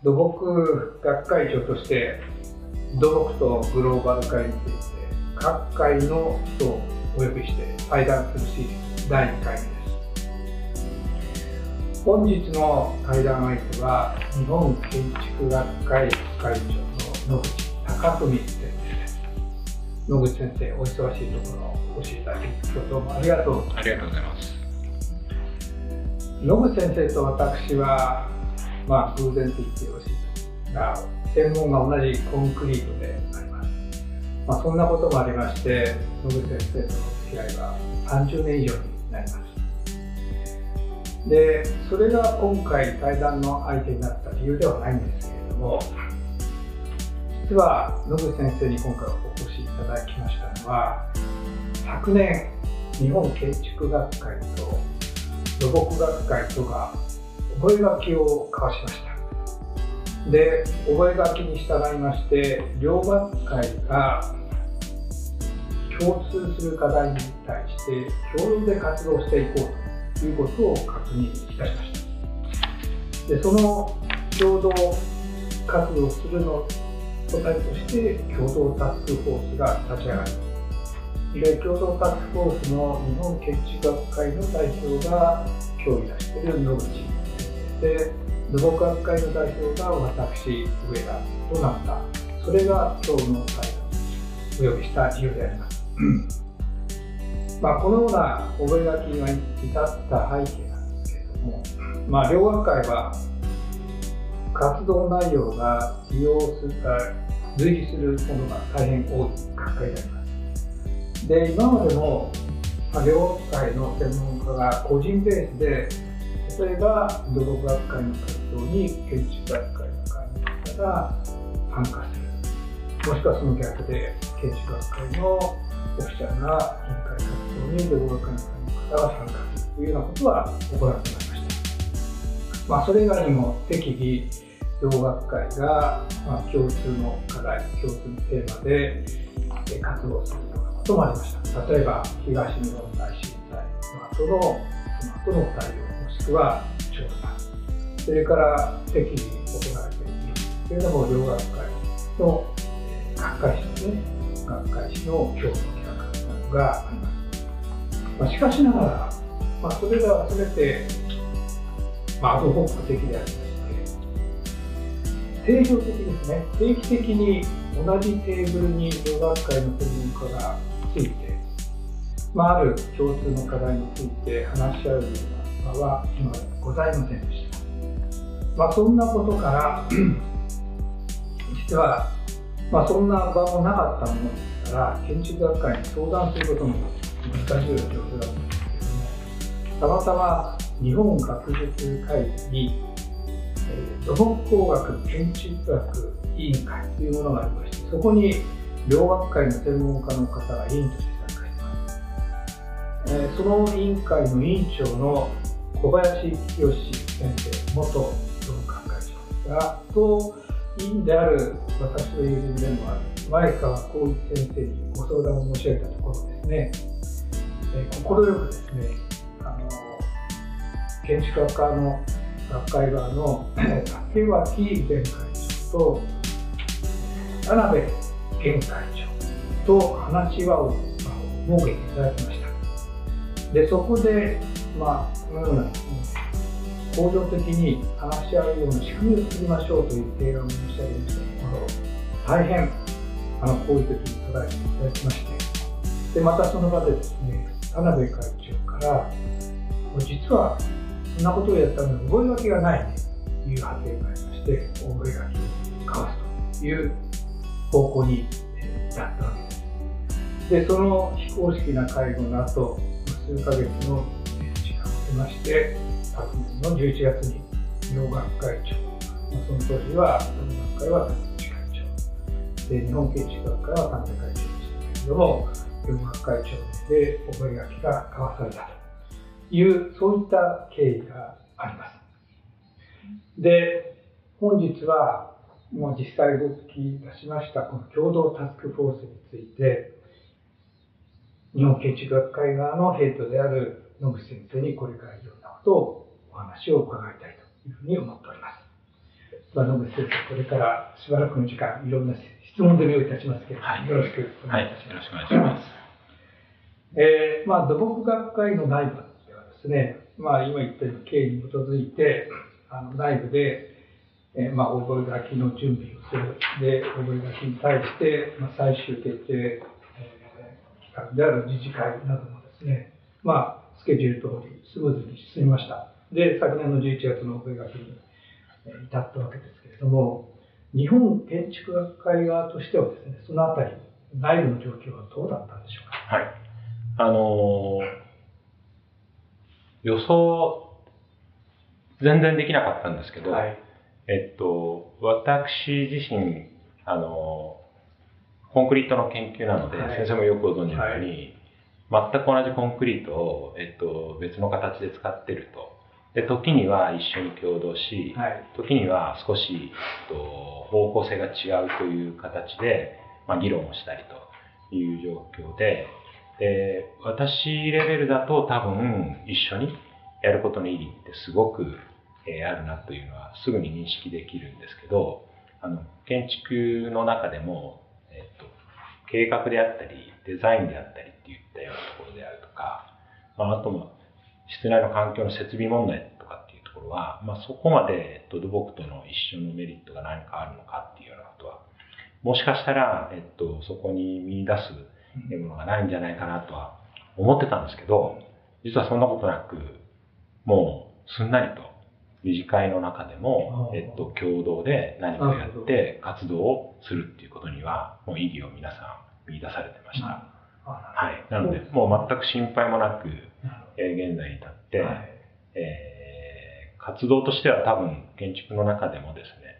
土木学会長として土木とグローバル化について各界の人をお呼びして対談するシリーズ第2回目です。本日の対談相手は日本建築学会副会長の野口貴文先生です。野口先生、お忙しいところお越しいただき今日どうもありがとうございます。野口先生と私は偶然と言ってよろしいですが、専門が同じコンクリートであります。そんなこともありまして野口先生との付き合いは30年以上になります。で、それが今回対談の相手になった理由ではないんですけれども、実は野口先生に今回お越しいただきましたのは、昨年日本建築学会と土木学会とが覚書を交わしました。で、覚書に従いまして両学会が共通する課題に対して共同で活動していこうということを確認いたしました。で、その共同活動するの答えとして共同タスクフォースが立ち上がり、で、共同タスクフォースの日本建築学会の代表が今日いらしている野口先生で、土木学会の代表が私上田となった、それが今日の対談にお呼びした理由であります。このような覚書が至った背景なんですけれども、両学会は活動内容が類似するものが大変多い学会であります。で、今までも両学会の専門家が個人ベースで、例えば土木学会の活動に建築学会の会の方が参加する、もしくはその逆で建築学会のオフィシャルな委員会活動に土木学会の会の方が参加するというようなことは行ってまいりました。それ以外にも適宜両学会が共通の課題、共通のテーマで活動するようなこともありました。例えば東日本大震災の後の対応、もしくは調査、それから適宜行われているというのも両学会の学会誌ですね、学会誌の共同企画などがあります。しかしながら、それらは全てアドホック的でありまして、定常的ですね、定期的に同じテーブルに両学会の専門家がついて、ある共通の課題について話し合うような場は今までございませんでした。そんなことから実は、そんな場もなかったものですから、建築学会に相談することも難しいような状況だったんですけども、たまたま日本学術会議に土木工学建築学委員会というものがありまして、そこに両学会の専門家の方が委員として参加しています。その委員会の委員長の小林清先生、元土木学会長と委員である私の友人でもある前川光一先生にご相談を申し上げたところですね、快くですね、建築学科の学会側の竹脇前会長と田辺現会長と話し合う場を設けていただきました。で、そこでこのようなですね、恒常的に話し合うような仕組みを作りましょうという提案を申し上げましたところ、大変好意的に捉えていただきまして、でまたその場でですね、田辺会長から実はそんなことをやったのに覚書がないねという発言がありまして、覚書を交わすという方向に至ったわけです。で、その非公式な会合の後、数ヶ月の時間を経まして、昨年の11月に両学会長、その当時は土木学会は竹内会長で、日本建築学会は田辺会長でしたけれども、両学会長で覚書が交わされたという、そういった経緯があります。で、本日はもう実際動き出しましたこの共同タスクフォースについて、日本建築学会側のヘッドである野口先生にこれからいろんなことをお話を伺いたいというふうに思っております。 野口先生、これからしばらくの時間、いろんな質問攻めをいたしますけれども、 はい、 よろしくお願いいたします。 よろしくお願いします。 土木学会の内部ではですね、今言ったような経緯に基づいて、内部で、覚書の準備をする。で、覚書に対して、最終決定、機関である理事会などもですね、スケジュール通りスムーズに進みました。で、昨年の11月の覚書に至ったわけですけれども、日本建築学会側としてはですね、そのあたり、内部の状況はどうだったんでしょうか。 はい。予想、全然できなかったんですけど、はい、私自身、コンクリートの研究なので、はい、先生もよくご存知のように、はい、全く同じコンクリートを、別の形で使っていると。で、時には一緒に共同し、はい、時には少し、方向性が違うという形で、議論をしたりという状況で、私レベルだと多分一緒にやることの意義ってすごく、あるなというのはすぐに認識できるんですけど、建築の中でも、計画であったりデザインであったりっていったようなところであるとか、あとも室内の環境の設備問題とかっていうところは、そこまで土木との一緒のメリットが何かあるのかっていうようなことは、もしかしたら、そこに見出すものがないんじゃないかなとは思ってたんですけど、実はそんなことなく、もうすんなりと理事会の中でも、共同で何かやって活動をするっていうことには、もう意義を皆さん見出されてました。はい。なので、もう全く心配もなく、現在に至って、はい、活動としては多分建築の中でもですね、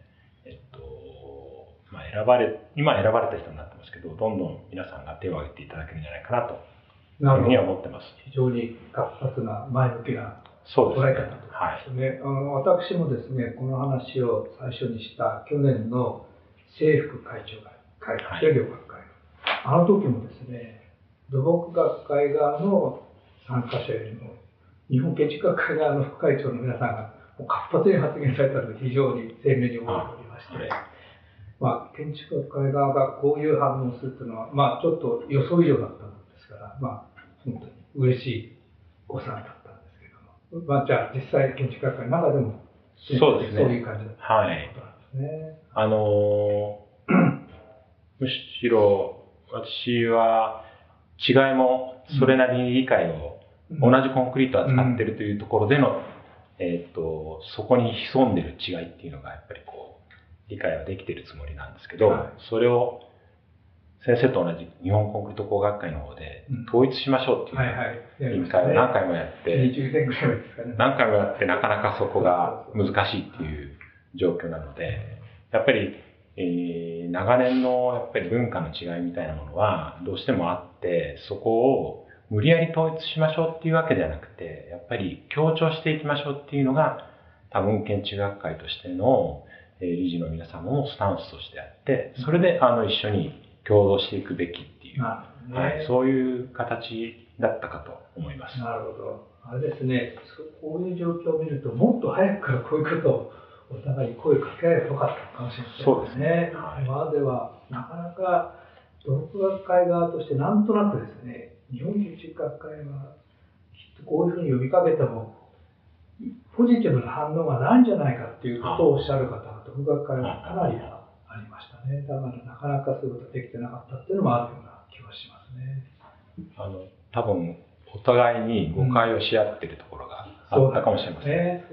今選ばれた人になってますけど、どんどん皆さんが手を挙げていただけるんじゃないかなというふうには思ってます。 非常に活発な前向きな捉え方ですね。私もですね、この話を最初にした去年の政府会長会、両学会、あの時もですね、土木学会側の参加者よりも日本建築学会側の副会長の皆さんがもう活発に発言されたので非常に鮮明に覚えておりまして、建築学会側がこういう反応をするというのは、ちょっと予想以上だったものですから、本当に嬉しい誤算だったんですけども、じゃあ実際建築学会の中でもそうですね、 そういう感じだったということなんですね。 むしろ私は違いもそれなりに理解を、同じコンクリートを扱っているというところでの、そこに潜んでいる違いっていうのがやっぱり理解はできているつもりなんですけど、それを先生と同じ日本コンクリート工学会の方で統一しましょうっていう委員会を何回もやって、何回もやってなかなかそこが難しいっていう状況なので、やっぱり、長年のやっぱり文化の違いみたいなものはどうしてもあって、そこを無理やり統一しましょうっていうわけではなくて、やっぱり強調していきましょうっていうのが多分建築学会としての理事の皆様のスタンスとしてあって、それで一緒に共同していくべきっていう、そういう形だったかと思います。 なるほど。あれですね、こういう状況を見ると、もっと早くからこういうことをお互いに声をかけ合えばよかったかもしれないですね。 そうですね。 今まではなかなか土木学会側としてなんとなくですね、日本建築学会はきっとこういうふうに呼びかけてもポジティブな反応がないんじゃないかっていうことをおっしゃる方が土木学会はかなりありましたね。だからなかなかそういうことができてなかったっていうのもあるような気はしますね。 多分お互いに誤解をし合っているところがあったかもしれません。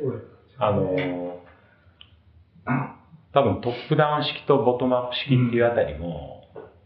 多分トップダウン式とボトムアップ式っていうあたりも、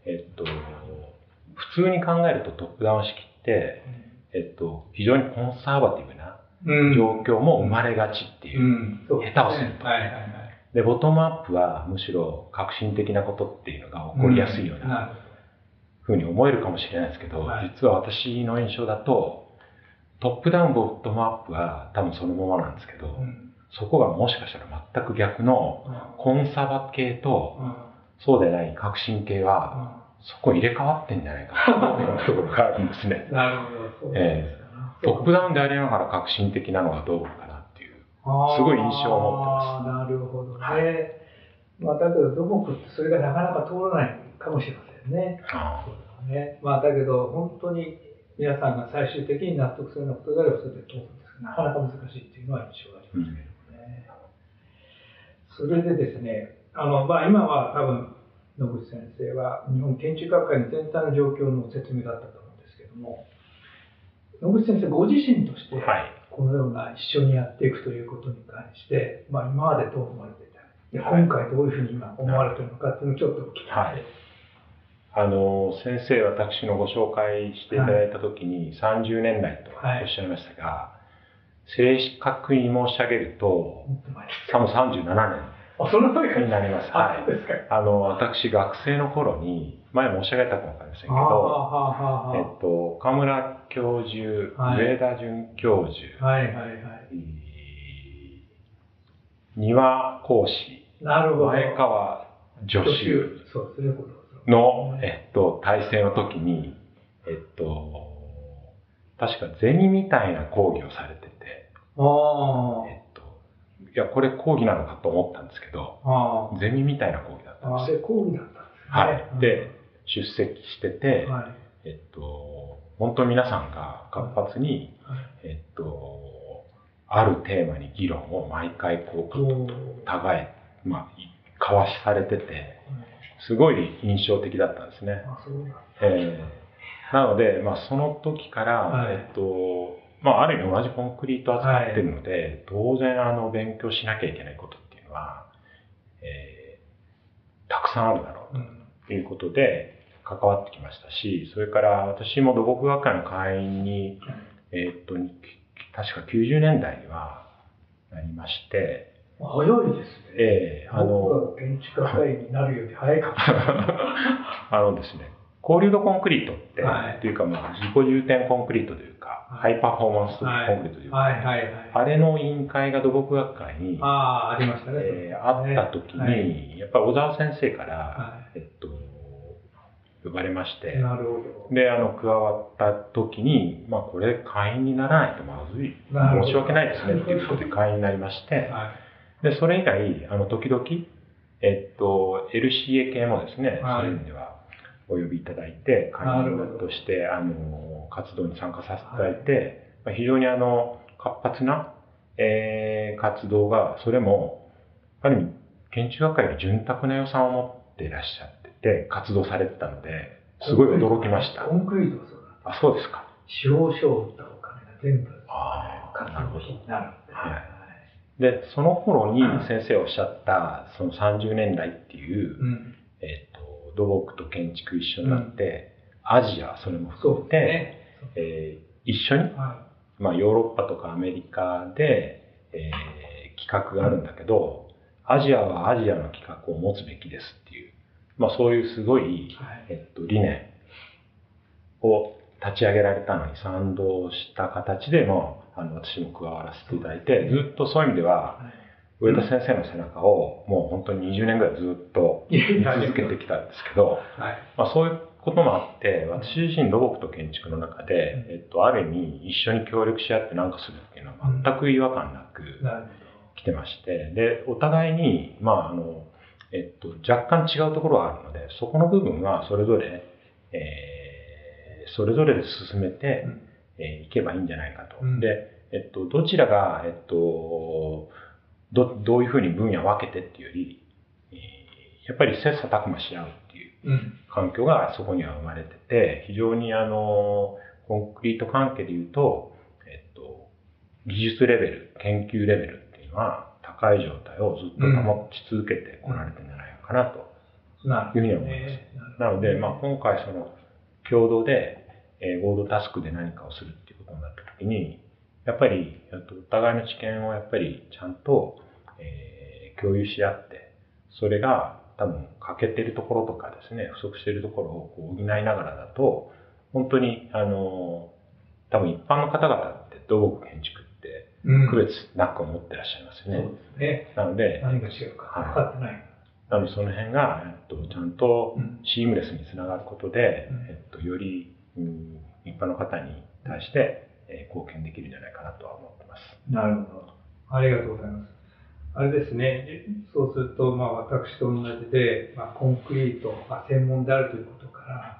普通に考えるとトップダウン式って、非常にコンサバティブな状況も生まれがちっていう、下手をすると。で、ボトムアップはむしろ革新的なことっていうのが起こりやすいようなふうに思えるかもしれないですけど、実は私の印象だと、トップダウン、ボトムアップは多分そのままなんですけど、そこがもしかしたら全く逆のコンサバ系と、そうでない革新系は、そこ入れ替わってんじゃないかなというところがあるんですね。 なるほど。 トップダウンでありながら革新的なのはどうかなっていう、すごい印象を持ってます。 なるほどね。 だけど土木ってそれがなかなか通らないかもしれませんね。そうですね。だけど本当に皆さんが最終的に納得するようなことであればそれで通るんですけど、なかなか難しいっていうのは印象がありますけどね。それでですね、今は多分野口先生は日本建築学会の全体の状況の説明だったと思うんですけども、野口先生ご自身としてこのような一緒にやっていくということに関して、今までどう思われていた、今回どういうふうに今思われているのかっていうのをちょっとお聞きしたいです。 先生、私のご紹介していただいたときに30年来とおっしゃいましたが、正確に申し上げると、多分37年になります。私、学生の頃に、前申し上げたかもわかりませんけど、岡村教授、上田准教授、丹羽講師、前川助手の、体制の時に、確かゼミみたいな講義をされてて、いや、これ講義なのかと思ったんですけど、ゼミみたいな講義だったんですよ。 講義だったんですね。 で、出席してて、本当に皆さんが活発に、あるテーマに議論を毎回互い、交わしされてて、すごい印象的だったんですね。なので、その時から、ある意味同じコンクリートを扱っているので、当然勉強しなきゃいけないことっていうのは、たくさんあるだろうということで関わってきましたし、それから私も土木学会の会員に、確か90年代にはなりまして、 早いですね。僕が建築学会員になるより早いかもしれない。 ですね、高流度コンクリートって、というか自己充填コンクリートというか、ハイパフォーマンスコンクリートというか、あれの委員会が土木学会にありましたね。 あった時に、やっぱり小沢先生から、呼ばれまして、で、加わった時に、これ会員にならないとまずい、申し訳ないですねっていうことで会員になりまして、で、それ以来、時々、LCA 系もですね、そういう意味ではお呼びいただいて、会員として、活動に参加させていただいて、非常に活発な、活動が、それも、ある意味、建築学会より潤沢な予算を持っていらっしゃってて、活動されてたので、すごい驚きました。 コンクリートはそうだ。 そうですか。 少々打ったお金が全部、活動費になる。 で、その頃に先生おっしゃった、その30年代っていう、土木と建築一緒になって、アジア、それも含めて、一緒に、ヨーロッパとかアメリカで、企画があるんだけど、アジアはアジアの企画を持つべきですっていう、そういうすごい、理念を立ち上げられたのに賛同した形で、私も加わらせていただいて、ずっとそういう意味では、上田先生の背中をもう本当に20年ぐらいずっと見続けてきたんですけど、そういうこともあって、私自身土木と建築の中で、ある意味一緒に協力し合って何かするっていうのは全く違和感なく来てまして、で、お互いに、若干違うところがあるので、そこの部分はそれぞれ、で進めていけばいいんじゃないかと。で、どちらが、どういうふうに分野を分けてっていうより、やっぱり切磋琢磨し合うっていう環境がそこには生まれてて、非常にコンクリート関係でいうと、技術レベル、研究レベルっていうのは高い状態をずっと保ち続けてこられてるんじゃないかなというふうに思います。なので、今回その共同で合同タスクで何かをするっていうことになったときに、やっぱりお互いの知見をやっぱりちゃんと、共有し合って、それが多分欠けてるところとかですね、不足しているところを補いながらだと、本当に多分一般の方々って土木建築って区別なく思ってらっしゃいますよね。 そうですね。 なので、 何が違うか分かってない。 なのでその辺が、ちゃんとシームレスにつながることで、より、一般の方に対して、貢献できるんじゃないかなとは思ってます。 なるほど。ありがとうございます。 あれですね、そうすると、私と同じで、コンクリートが専門であるということから、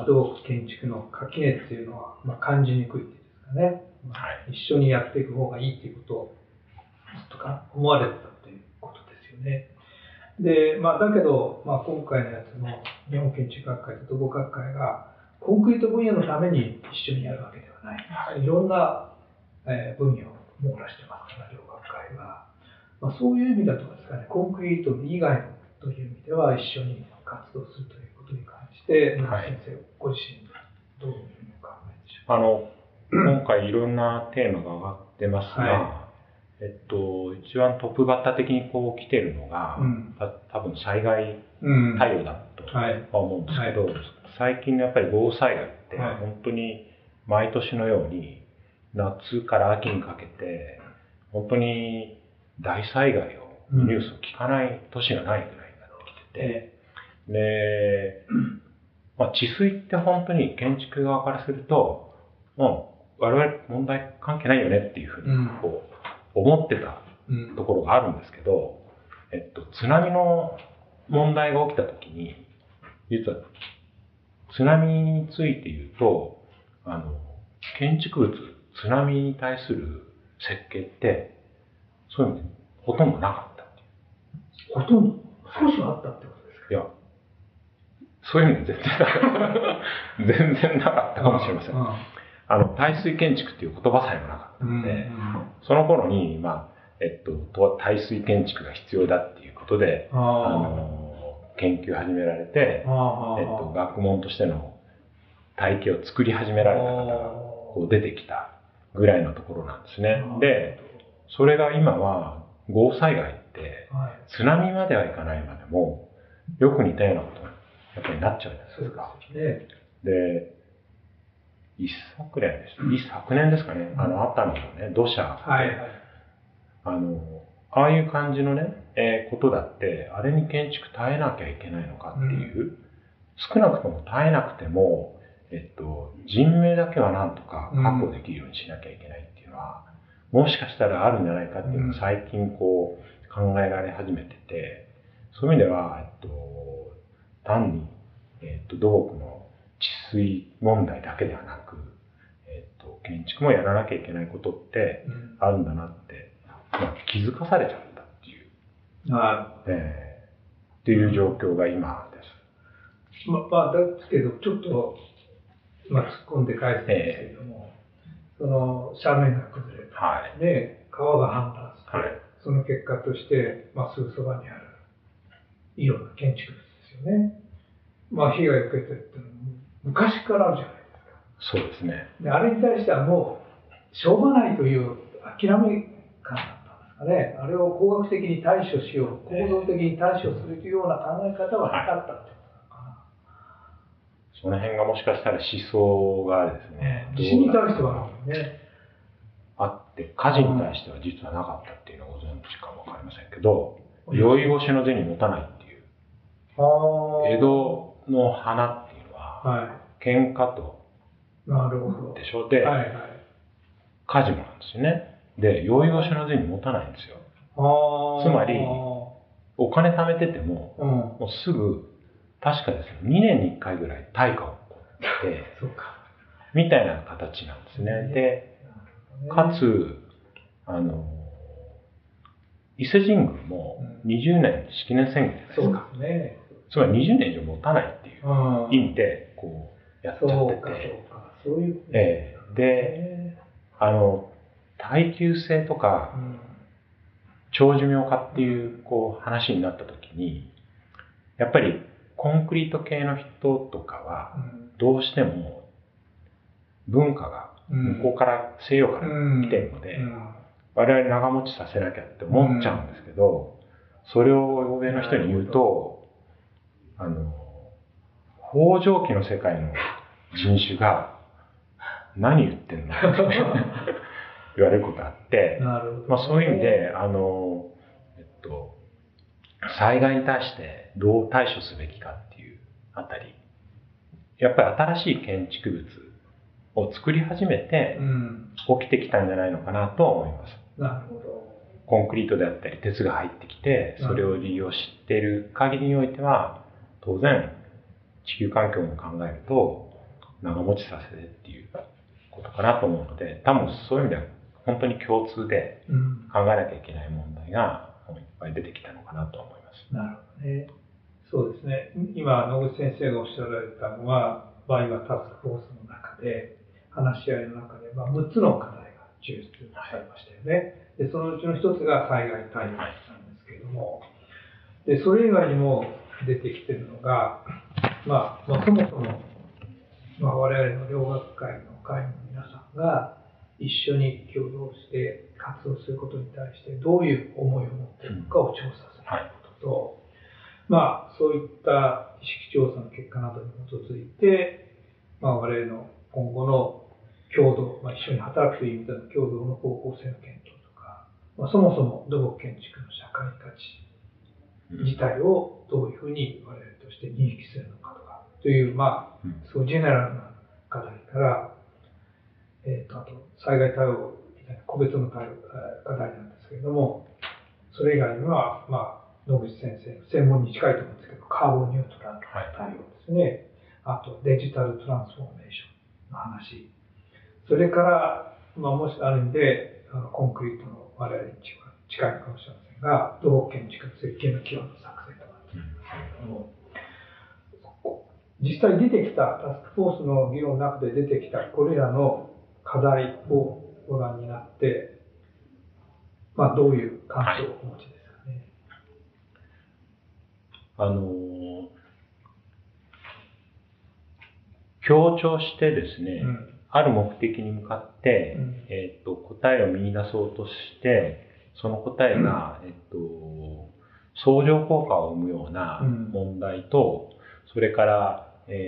土木建築の垣根っていうのは、感じにくいっていうんですかね、一緒にやっていく方がいいということをずっと思われてたということですよね。で、だけど、今回のやつの日本建築学会と土木学会がコンクリート分野のために一緒にやるわけではない。いろんな分野を網羅してますから、両学会は。そういう意味だとですかね、コンクリート以外のという意味では一緒に活動するということに関して、先生、ご自身どういうふうにお考えでしょうか。 今回いろんなテーマが上がってますが、一番トップバッター的にこう来てるのが、多分災害対応だと思うんですけど、最近のやっぱり豪雨災害って本当に毎年のように夏から秋にかけて本当に大災害をニュースを聞かない年がないぐらいになってきてて、で、治水って本当に建築側からするともう我々問題関係ないよねっていうふうにこう思ってたところがあるんですけど、津波の問題が起きたときに、実は津波について言うと、建築物、津波に対する設計って、そういう意味でほとんどなかったっていう。 ほとんど少しはあったってことですか？ いや、そういう意味で全然なかったかもしれません。耐水建築っていう言葉さえもなかったので、その頃に、耐水建築が必要だっていうことで、研究始められて、学問としての体系を作り始められた方がこう出てきたぐらいのところなんですね。で、それが今は豪雨災害って津波まではいかないまでもよく似たようなことにやっぱりなっちゃうじゃないですか。で、一昨年ですかね、熱海のね、土砂で、ああいう感じのね、ことだって、あれに建築耐えなきゃいけないのかっていう、少なくとも耐えなくても、人命だけはなんとか確保できるようにしなきゃいけないっていうのは、もしかしたらあるんじゃないかっていうのが最近こう考えられ始めてて、そういう意味では、単に、土木の治水問題だけではなく、建築もやらなきゃいけないことってあるんだなって、気づかされちゃったっていう、っていう状況が今です。 ですけど、ちょっと、突っ込んで返すんですけれども、その斜面が崩れた、川が氾濫して、その結果として、すぐそばにあるいろんな建築物ですよね。被害を受けてるっていうのは昔からあるじゃないですか。 そうですね。 で、あれに対してはもうしょうがないという諦め感だったんですかね。あれを工学的に対処しよう、構造的に対処するというような考え方はなかったってことなのかな。 その辺がもしかしたら思想がですね、 地震に対してはね、 あって、火事に対しては実はなかったっていうのをご存知かもわかりませんけど、酔い越しの銭持たないっていう、江戸の花っていうのは、喧嘩と、でしょ。で、火事もなんですよね。で、酔い越しの銭持たないんですよ。つまり、お金貯めてても、もうすぐ、確かですね、2年に1回ぐらい大火を起こって、みたいな形なんですね。で、かつ、伊勢神宮も20年式年宣言じゃないですか。つまり20年以上持たないっていう意味で、こう、やっちゃってて。で、耐久性とか、長寿命化っていう、こう、話になったときに、やっぱりコンクリート系の人とかは、どうしても文化が向こうから西洋から来てるので、我々長持ちさせなきゃって思っちゃうんですけど、それを欧米の人に言うと、北条記の世界の人種が何言ってんのって言われることがあって、そういう意味で、災害に対してどう対処すべきかっていうあたり、やっぱり新しい建築物を作り始めて起きてきたんじゃないのかなと思います。 なるほど。 コンクリートであったり鉄が入ってきて、それを利用している限りにおいては、当然、地球環境も考えると、長持ちさせてっていうことかなと思うので、多分そういう意味では本当に共通で考えなきゃいけない問題がいっぱい出てきたのかなと思います。 なるほどね。そうですね。今、野口先生がおっしゃられたのは、今タスクフォースの中で、話し合いの中で、6つの課題が抽出されましたよね。で、そのうちの一つが災害対応なんですけれども、で、それ以外にも出てきているのが、そもそも、我々の両学会の会員の皆さんが一緒に共同して活動することに対してどういう思いを持っているのかを調査することと、そういった意識調査の結果などに基づいて、我々の今後の共同、一緒に働くという意味での共同の方向性の検討とか、そもそも土木建築の社会価値自体をどういうふうに我々として認識するのかとかという、そうジェネラルな課題から、あと災害対応みたいな個別の課題なんですけれども、それ以外には、野口先生の専門に近いと思うんですけど、カーボンニュートラルの対応ですね。あとデジタルトランスフォーメーションの話。それから、もしある意味で、コンクリートの我々に近いかもしれませんが、土木建築の設計の基本の作成とかっていうんですけれども、実際出てきたタスクフォースの議論の中で出てきたこれらの課題をご覧になって、どういう感想をお持ちですかね。 強調してですね、ある目的に向かって、答えを見出そうとして、その答えが、相乗効果を生むような問題と、それから、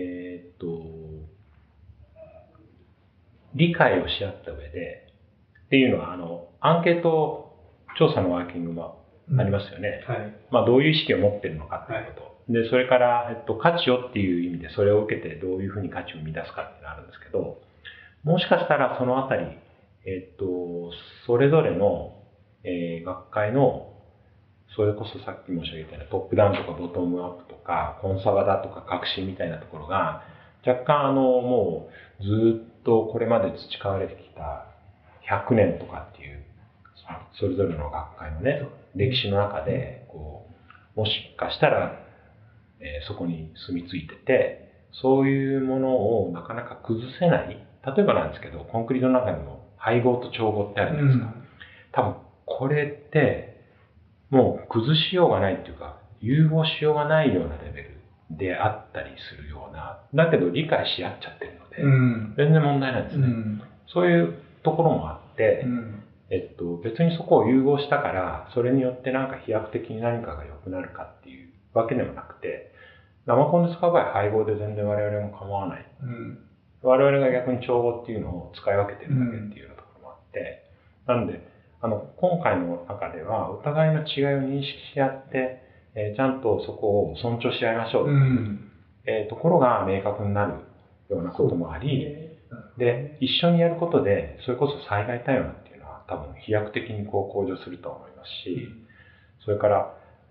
理解をし合った上で、っていうのは、アンケート調査のワーキングもありますよね。どういう意識を持っているのかっていうこと。で、それから、価値をっていう意味で、それを受けてどういうふうに価値を生み出すかっていうのがあるんですけど、もしかしたらそのあたり、それぞれの、学会の、それこそさっき申し上げたようなトップダウンとかボトムアップとか、コンサバだとか革新みたいなところが、若干もうずっとこれまで培われてきた100年とかっていう、それぞれの学会のね、歴史の中で、もしかしたら、そこに住み着いてて、そういうものをなかなか崩せない。例えばなんですけど、コンクリートの中にも配合と調合ってあるじゃないですか。多分、これって、もう崩しようがないっていうか、融合しようがないようなレベルであったりするような、だけど理解し合っちゃってるので、全然問題ないですね。そういうところもあって、別にそこを融合したから、それによってなんか飛躍的に何かが良くなるかっていうわけでもなくて、生コンで使う場合配合で全然我々も構わない。我々が逆に調合っていうのを使い分けてるだけっていうようなところもあって、なんで、今回の中ではお互いの違いを認識し合って、ちゃんとそこを尊重し合いましょうっていう、ところが明確になるようなこともあり、で、一緒にやることで、それこそ災害対応っていうのは多分飛躍的に向上すると思いますし、それから、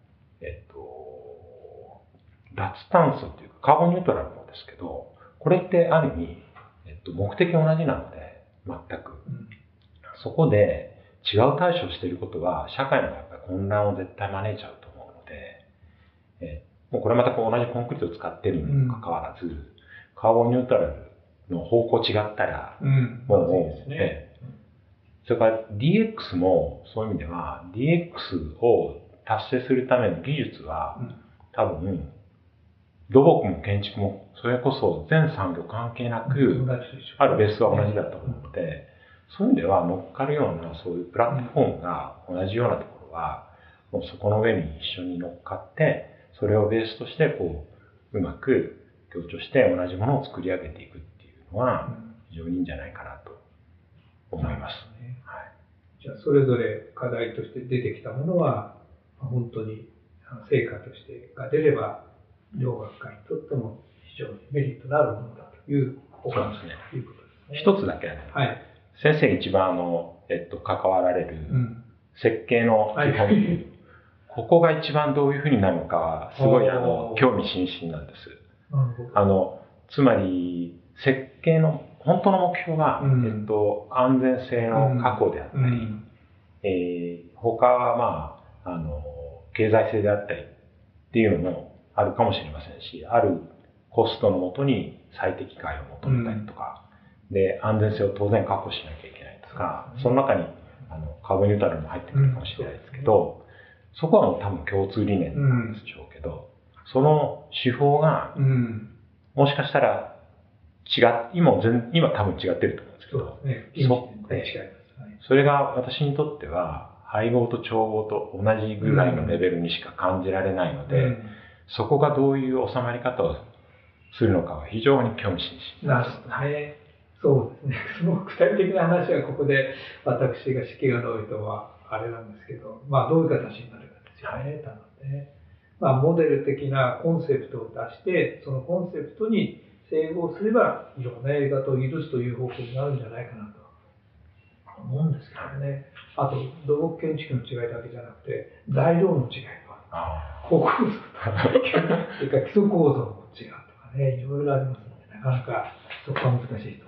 脱炭素っていうかカーボンニュートラルもですけど、これってある意味、目的同じなので、全く。そこで違う対処をしていることは、社会のやっぱり混乱を絶対招いちゃうと思うので、もうこれまた同じコンクリートを使っているにもかかわらず、カーボンニュートラルの方向違ったら、もう、それから DX もそういう意味では、DX を達成するための技術は、多分、土木も建築も、それこそ全産業関係なく、あるベースは同じだと思うので、そういう意味では乗っかるような、そういうプラットフォームが同じようなところは、もうそこの上に一緒に乗っかって、それをベースとして、うまく強調して同じものを作り上げていくっていうのは、非常にいいんじゃないかなと思います。 じゃあ、それぞれ課題として出てきたものは、本当に成果としてが出れば、両学会にとっても非常にメリットのあるものだというお考えということですね。 一つだけ、先生一番関わられる設計の基本、ここが一番どういうふうになるのか、すごい興味津々なんです。つまり、設計の本当の目標は、安全性の確保であったり、他は経済性であったりっていうのもあるかもしれませんし、あるコストのもとに最適解を求めたりとか、で、安全性を当然確保しなきゃいけないとか、その中にカーボンニュートラルも入ってくるかもしれないですけど、そこはもう多分共通理念なんでしょうけど、その手法が、もしかしたら今多分違ってると思うんですけど、それが私にとっては、配合と調合と同じぐらいのレベルにしか感じられないので、そこがどういう収まり方をするのかは非常に興味津々です。 なるほどね。そうですね。その具体的な話はここで私が指揮がどういうとはあれなんですけど、どういう形になるかですよね。多分ね。モデル的なコンセプトを出して、そのコンセプトに整合すれば、いろんなやり方を許すという方向になるんじゃないかなと思うんですけどね。あと、土木建築の違いだけじゃなくて、材料の違いとか、構造とか、それから基礎構造も違うとかね、いろいろありますので、なかなかそこは難しいと